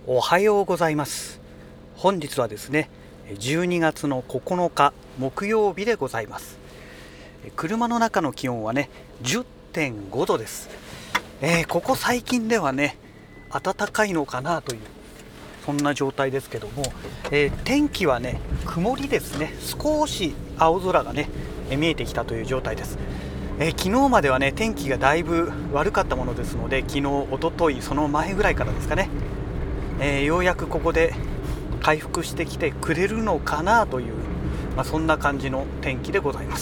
おはようございます。本日はですね、12月の9日木曜日でございます。車の中の気温はね、10.5 度です。ここ最近ではね、暖かいのかなというそんな状態ですけども、天気はね、曇りですね。少し青空がね、見えてきたという状態です。昨日まではね、天気がだいぶ悪かったものですので、昨日、おととい、その前ぐらいからですかね、ようやくここで回復してきてくれるのかなという、そんな感じの天気でございます。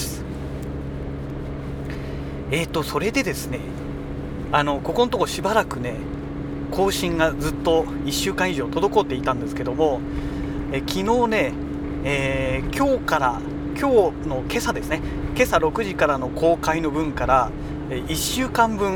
それでですね、ここのとこしばらくね、更新がずっと1週間以上滞っていたんですけども、昨日ね、今日の今朝ですね、今朝6時からの公開の分から1週間分、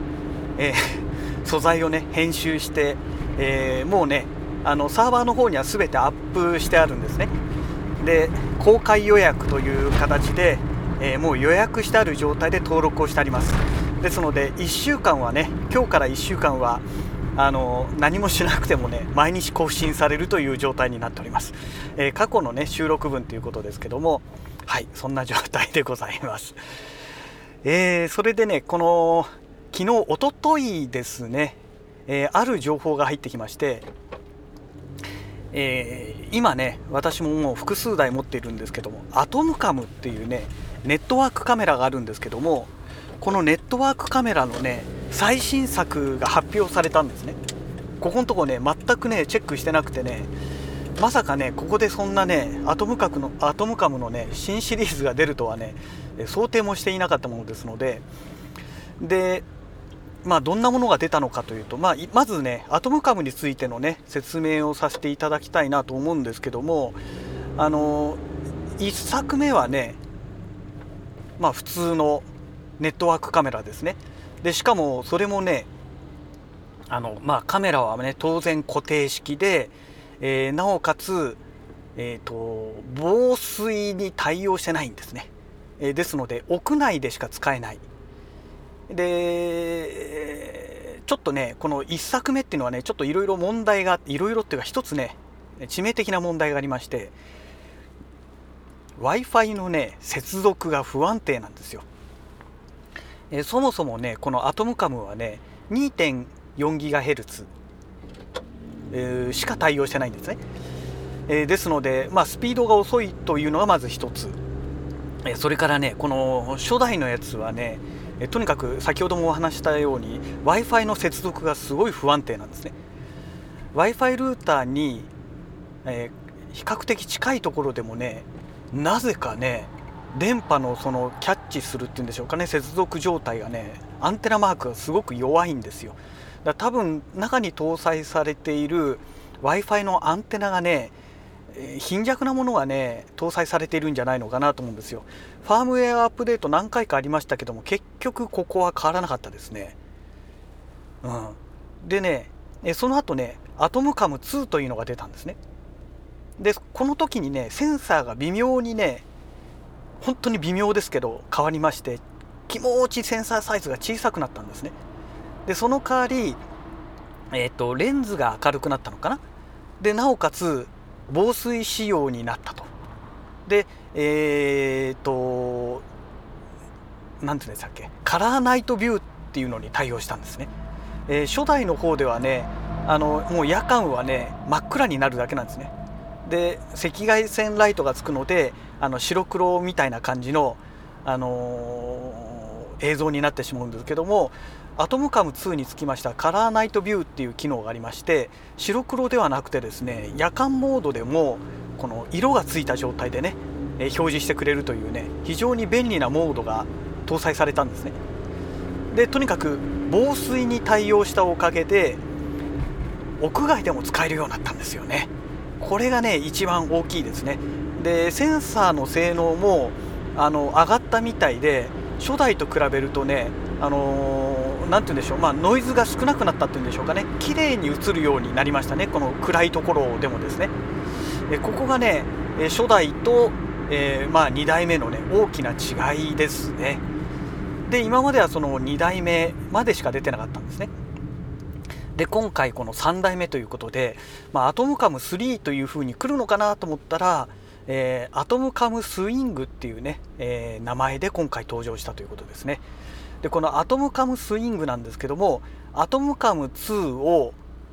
素材をね編集して、もうねサーバーの方には全てアップしてあるんですね。で、公開予約という形で、もう予約してある状態で登録をしてあります。ですので1週間はね、今日から1週間は何もしなくてもね、毎日更新されるという状態になっております。過去のね収録分ということですけども、はい、そんな状態でございます。それでね、この昨日おとといですね、ある情報が入ってきまして、今ね、私ももう複数台持っているんですけども、アトムカムっていうねネットワークカメラがあるんですけども、このネットワークカメラのね最新作が発表されたんですね。ここのとこね全くねチェックしてなくてね、まさかねここでそんなねアトムカムのね新シリーズが出るとはね想定もしていなかったものですので、どんなものが出たのかというと、まずねアトムカムについてのね説明をさせていただきたいなと思うんですけども、1作目はね、普通のネットワークカメラですね。でしかもそれもねカメラはね当然固定式で、なおかつ、防水に対応してないんですね。ですので屋内でしか使えない。でちょっとねこの1作目っていうのはねちょっといろいろ問題が、いろいろっていうか一つね致命的な問題がありまして、 Wi-Fi のね接続が不安定なんですよ。そもそもねこのアトムカムはね 2.4GHz、しか対応してないんですね。ですので、スピードが遅いというのがまず一つ。それからねこの初代のやつはね、とにかく先ほどもお話したように Wi-Fi の接続がすごい不安定なんですね。 Wi-Fi ルーターに、比較的近いところでもね、なぜかね電波のそのキャッチするっていうんでしょうかね、接続状態がねアンテナマークがすごく弱いんですよ。だから多分中に搭載されている Wi-Fi のアンテナがね貧弱なものがね搭載されているんじゃないのかなと思うんですよ。ファームウェアアップデート何回かありましたけども、結局ここは変わらなかったですね。でねその後ねアトムカム2というのが出たんですね。でこの時にねセンサーが微妙にね、本当に微妙ですけど変わりまして、気持ちセンサーサイズが小さくなったんですね。でその代わり、レンズが明るくなったのかな。でなおかつ防水仕様になったと。でなんていうんでしたっけ、カラーナイトビューっていうのに対応したんですね。初代の方ではねもう夜間はね真っ暗になるだけなんですね。で赤外線ライトがつくので白黒みたいな感じの、映像になってしまうんですけども、アトムカム2につきましてはカラーナイトビューっていう機能がありまして、白黒ではなくてですね夜間モードでもこの色がついた状態でね表示してくれるというね非常に便利なモードが搭載されたんですね。でとにかく防水に対応したおかげで屋外でも使えるようになったんですよね。これがね一番大きいですね。でセンサーの性能も上がったみたいで、初代と比べるとねなんて言うんでしょう、ノイズが少なくなったっていうんでしょうかね、綺麗に映るようになりましたね。この暗いところでもですね、ここがね初代と、2代目のね大きな違いですね。で今まではその2代目までしか出てなかったんですね。 で今回この3代目ということで、アトムカム3というふうに来るのかなと思ったら、アトムカムスイングっていうね、名前で今回登場したということですね。でこのアトムカムスイングなんですけども、アトムカム2を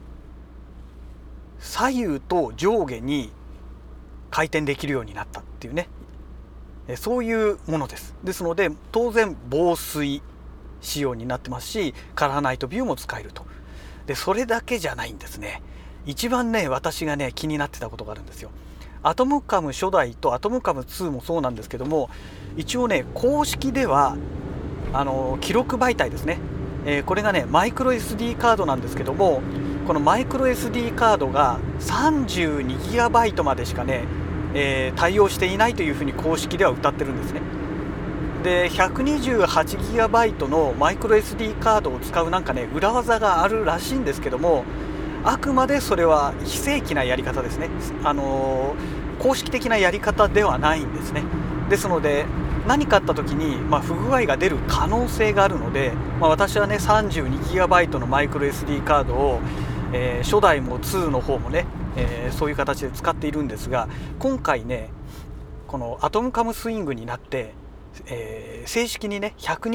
左右と上下に回転できるようになったっていうね、そういうものです。ですので当然防水仕様になってますし、カラーナイトビューも使えると。でそれだけじゃないんですね。一番ね私がね気になってたことがあるんですよ。アトムカム初代とアトムカム2もそうなんですけども、一応ね公式では記録媒体ですね、これがねマイクロ SD カードなんですけども、このマイクロ SD カードが 32GB までしかね、対応していないというふうに公式では謳ってるんですね。で 128GB のマイクロ SD カードを使うなんかね裏技があるらしいんですけども、あくまでそれは非正規なやり方ですね。公式的なやり方ではないんですね。ですので何かあった時に、不具合が出る可能性があるので、私はね 32GB のマイクロ SD カードを、初代も2の方もね、そういう形で使っているんですが、今回ねこのアトムカムスイングになって、正式にね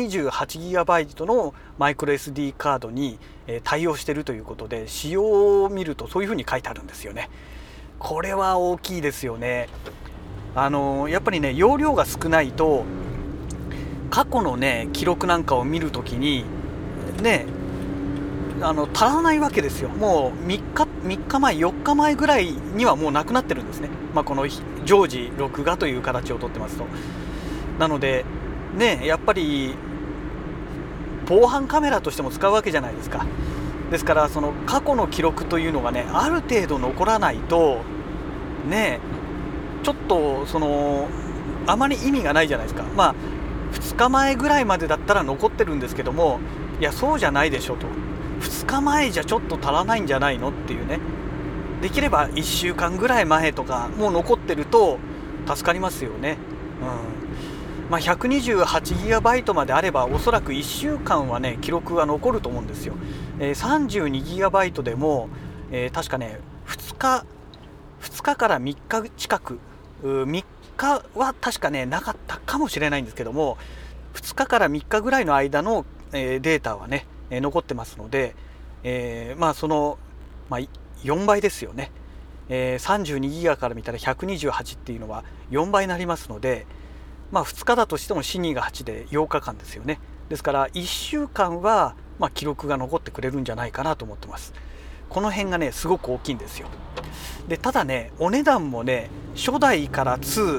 128GB のマイクロ SD カードに、対応しているということで、仕様を見るとそういうふうに書いてあるんですよね。これは大きいですよね。やっぱりね容量が少ないと過去のね記録なんかを見るときにね足らないわけですよ。もう3日前4日前ぐらいにはもうなくなってるんですね。この常時録画という形をとってますと。なのでねやっぱり防犯カメラとしても使うわけじゃないですか。ですからその過去の記録というのがねある程度残らないとねちょっとあまり意味がないじゃないですか。2日前ぐらいまでだったら残ってるんですけども、いやそうじゃないでしょと。2日前じゃちょっと足らないんじゃないのっていうね。できれば1週間ぐらい前とかもう残ってると助かりますよね。128GB まであればおそらく1週間はね記録が残ると思うんですよ。32GB でも、確かね2日から3日近く、3日は確かねなかったかもしれないんですけども、2日から3日ぐらいの間の、データはね残ってますので、4倍ですよね。32ギガから見たら128っていうのは4倍になりますので、2日だとしても4、2が8で8日間ですよね。ですから1週間は記録が残ってくれるんじゃないかなと思ってます。この辺がねすごく大きいんですよ。でただねお値段もね初代から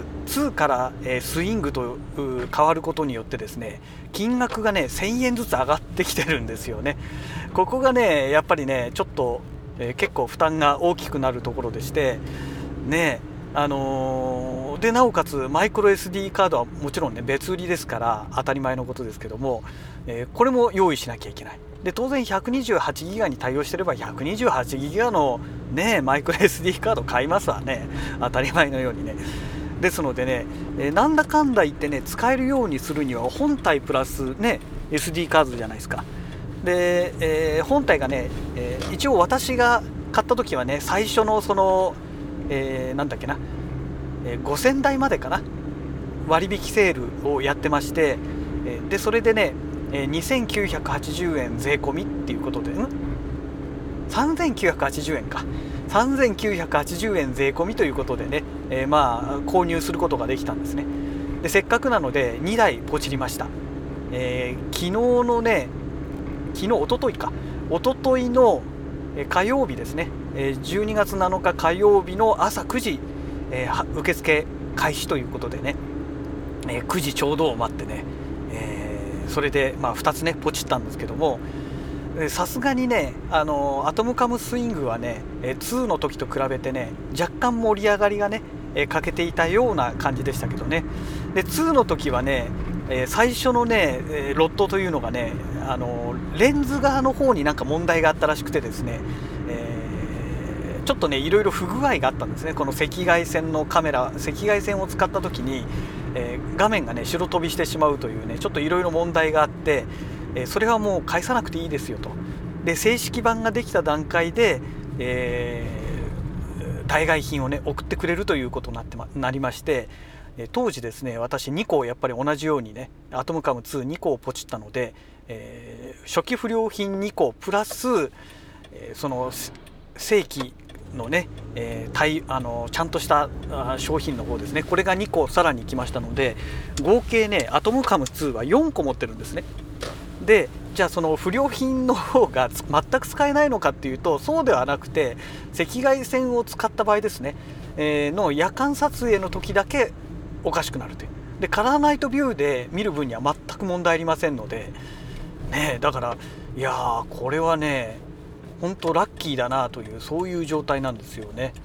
2から、スイングと変わることによってですね金額がね1000円ずつ上がってきてるんですよね。ここがねやっぱりねちょっと、結構負担が大きくなるところでしてね、でなおかつマイクロ SD カードはもちろんね別売りですから当たり前のことですけども、これも用意しなきゃいけない。で当然128ギガに対応してれば128ギガのねマイクロ SD カード買いますわね、当たり前のようにね。ですのでね、なんだかんだ言ってね使えるようにするには本体プラスね SD カードじゃないですか。で、本体がね、一応私が買った時はね最初のその、なんだっけな、5000台までかな割引セールをやってまして、でそれでね2980円税込みっていうことで3980円か3980円税込みということでね、購入することができたんですね。でせっかくなので2台ポチりました。昨日のね一昨日の火曜日ですね、12月7日火曜日の朝9時、受付開始ということでね、9時ちょうどを待ってね、それで2つねポチったんですけども、さすがにねアトムカムスイングはね2の時と比べてね若干盛り上がりがね欠けていたような感じでしたけどね。で2の時はね最初のねロットというのがねレンズ側の方になんか問題があったらしくてですね、ちょっとねいろいろ不具合があったんですね。この赤外線のカメラ、赤外線を使った時に、画面がね白飛びしてしまうというねちょっといろいろ問題があって、それはもう返さなくていいですよとで正式版ができた段階で、代替品をね送ってくれるということになりまして、当時ですね私2個やっぱり同じようにねアトムカム2個をポチったので、初期不良品2個プラス、その正規のね、ちゃんとした商品の方ですね、これが2個さらに来ましたので、合計ねアトムカム2は4個持ってるんですね。でじゃあその不良品の方が全く使えないのかっていうとそうではなくて、赤外線を使った場合ですね、の夜間撮影の時だけおかしくなるという。でカラーナイトビューで見る分には全く問題ありませんので、ね、だからいやーこれはね本当ラッキーだなというそういう状態なんですよね。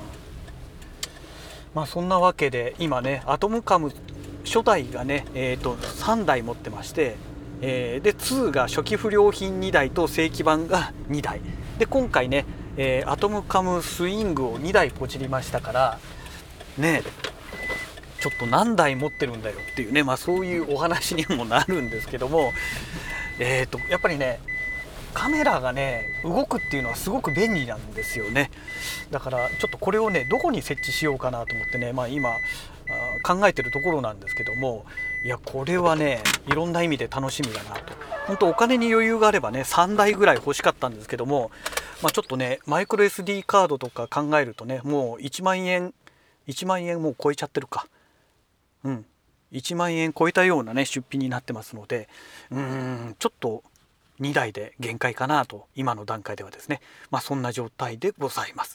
まあそんなわけで今ねアトムカム初代がね、3台持ってまして、で2が初期不良品2台と正規版が2台で、今回ね、アトムカムスイングを2台ポチりましたからね、ちょっと何台持ってるんだよっていうね、まあそういうお話にもなるんですけども、やっぱりねカメラがね動くっていうのはすごく便利なんですよね。だからちょっとこれをねどこに設置しようかなと思ってね、まあ今考えてるところなんですけども、いやこれはねいろんな意味で楽しみだなと。本当お金に余裕があればね3台ぐらい欲しかったんですけども、まあ、ちょっとねマイクロ SD カードとか考えるとねもう1万円もう超えちゃってるか、1万円超えたようなね出費になってますので、ちょっと2台で限界かなと今の段階ではですね、まあそんな状態でございます。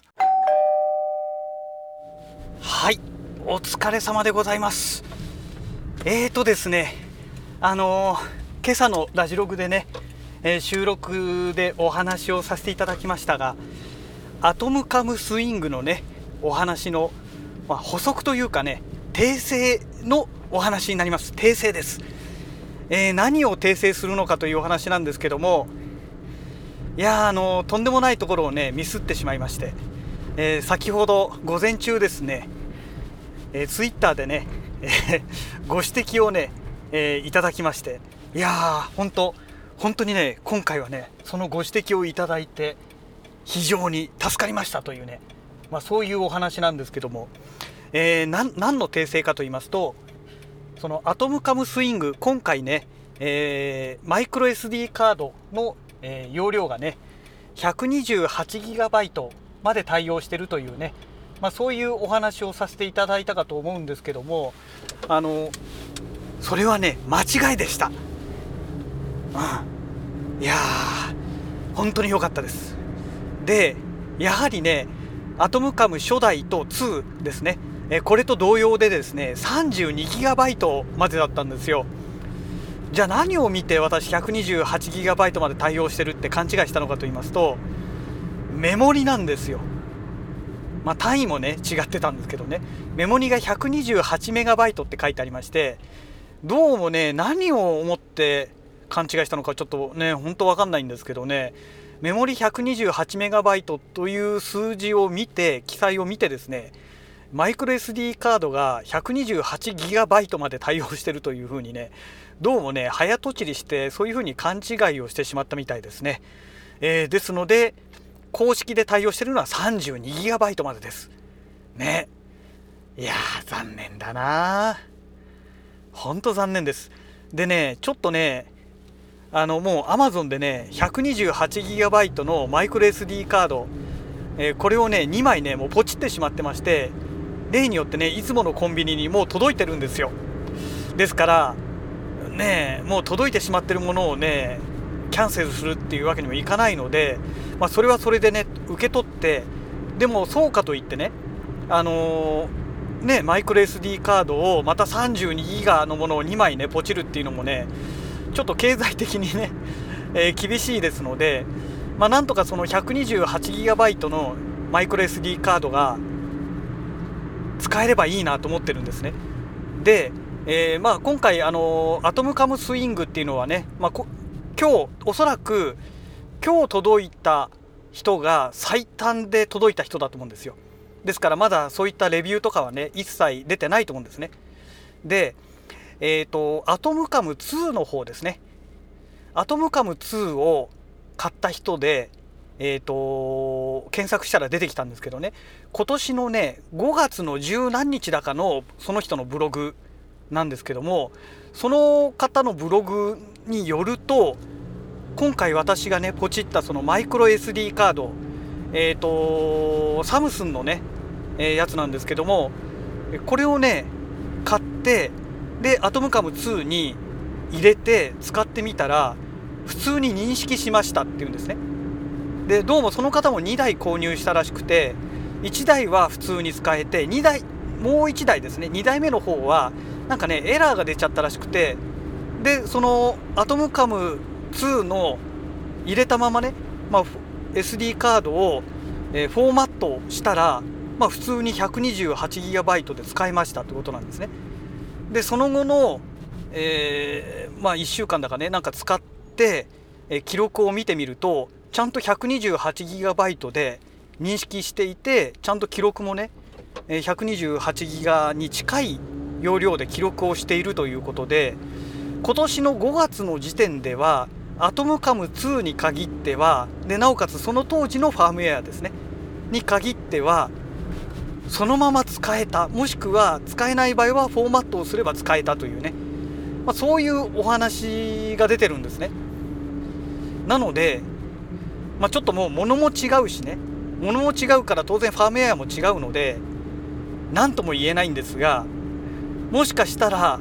はい、お疲れ様でございます。ですね今朝のラジログでね、収録でお話をさせていただきましたが、アトムカムスイングのねお話の、補足というかね訂正のお話になります。訂正です。何を訂正するのかというお話なんですけども、いやとんでもないところをねミスってしまいまして、先ほど午前中ですね、ツイッターでね、ご指摘をね、いただきまして、いやー本当にね今回はねそのご指摘をいただいて非常に助かりましたというね、そういうお話なんですけども、何の訂正かと言いますと、そのアトムカムスイング今回ね、マイクロ SD カードの、容量がね 128GB まで対応しているというね、そういうお話をさせていただいたかと思うんですけども、それはね間違いでした。いやー本当に良かったです。でやはりねアトムカム初代と2ですね、これと同様でですね 32GB までだったんですよ。じゃあ何を見て私 128GB まで対応してるって勘違いしたのかと言いますと、メモリなんですよ。単位もね違ってたんですけどね、メモリが 128MB って書いてありまして、どうもね何を思って勘違いしたのかちょっとね本当わかんないんですけどね、メモリ 128MB という数字を見て記載を見てですね、マイクロ SD カードが 128GB まで対応しているというふうにね、どうもね早とちりしてそういうふうに勘違いをしてしまったみたいですね。ですので公式で対応しているのは 32GB までですね。いやー残念だな、本当残念です。でねちょっとねもう Amazon でね 128GB のマイクロ SD カード、これをね2枚ねもうポチってしまってまして、例によってねいつものコンビニにもう届いてるんですよ。ですからねもう届いてしまってるものをねキャンセルするっていうわけにもいかないので、それはそれでね受け取って、でもそうかといってねマイクロ SD カードをまた32ギガのものを2枚ねポチるっていうのもねちょっと経済的にね、厳しいですので、なんとかその 128GB のマイクロ SD カードが使えればいいなと思ってるんですね。で、今回アトムカムスイングっていうのはね、今日おそらく今日届いた人が最短で届いた人だと思うんですよ。ですからまだそういったレビューとかはね一切出てないと思うんですね。でアトムカム2の方ですね、アトムカム2を買った人で、検索したら出てきたんですけどね、今年のね5月の十何日だかのその人のブログなんですけども、その方のブログによると、今回私がねポチったそのマイクロ SD カード、サムスンのね、やつなんですけども、これをね買って、でアトムカム2に入れて使ってみたら普通に認識しましたっていうんですね。でどうもその方も2台購入したらしくて、1台は普通に使えて、もう1台ですね、2台目の方はなんかねエラーが出ちゃったらしくて、でそのアトムカム2の入れたままね、SD カードを、フォーマットしたら、普通に 128GB で使えましたってことなんですね。でその後の、1週間だかねなんか使って、記録を見てみるとちゃんと 128GB で認識していて、ちゃんと記録もね 128GB に近い容量で記録をしているということで、今年の5月の時点ではアトムカム2に限ってはで、なおかつその当時のファームウェアですねに限ってはそのまま使えた、もしくは使えない場合はフォーマットをすれば使えたというね、そういうお話が出てるんですね。なので、ちょっともう物も違うしね、物も違うから当然ファームウェアも違うので何とも言えないんですが、もしかしたら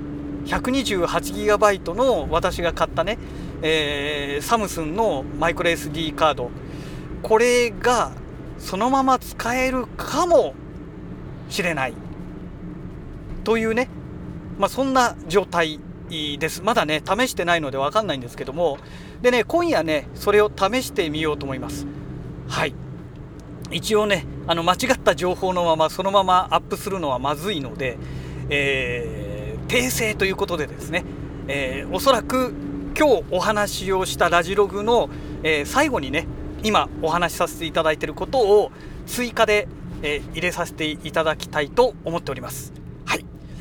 128GB の私が買ったね、サムスンのマイクロ SD カード、これがそのまま使えるかもしれないというね、そんな状態です。まだね試してないので分かんないんですけども、でね今夜ねそれを試してみようと思います。はい、一応ね間違った情報のままそのままアップするのはまずいので、訂正ということでですね、おそらく今日お話をしたラジログの、最後にね今お話しさせていただいていることを追加で、入れさせていただきたいと思っております。はい、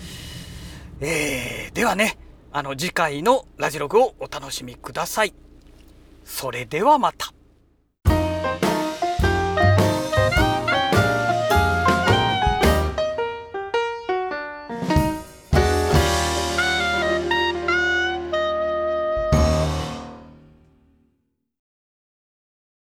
ではね次回のラジログをお楽しみください。それではまた。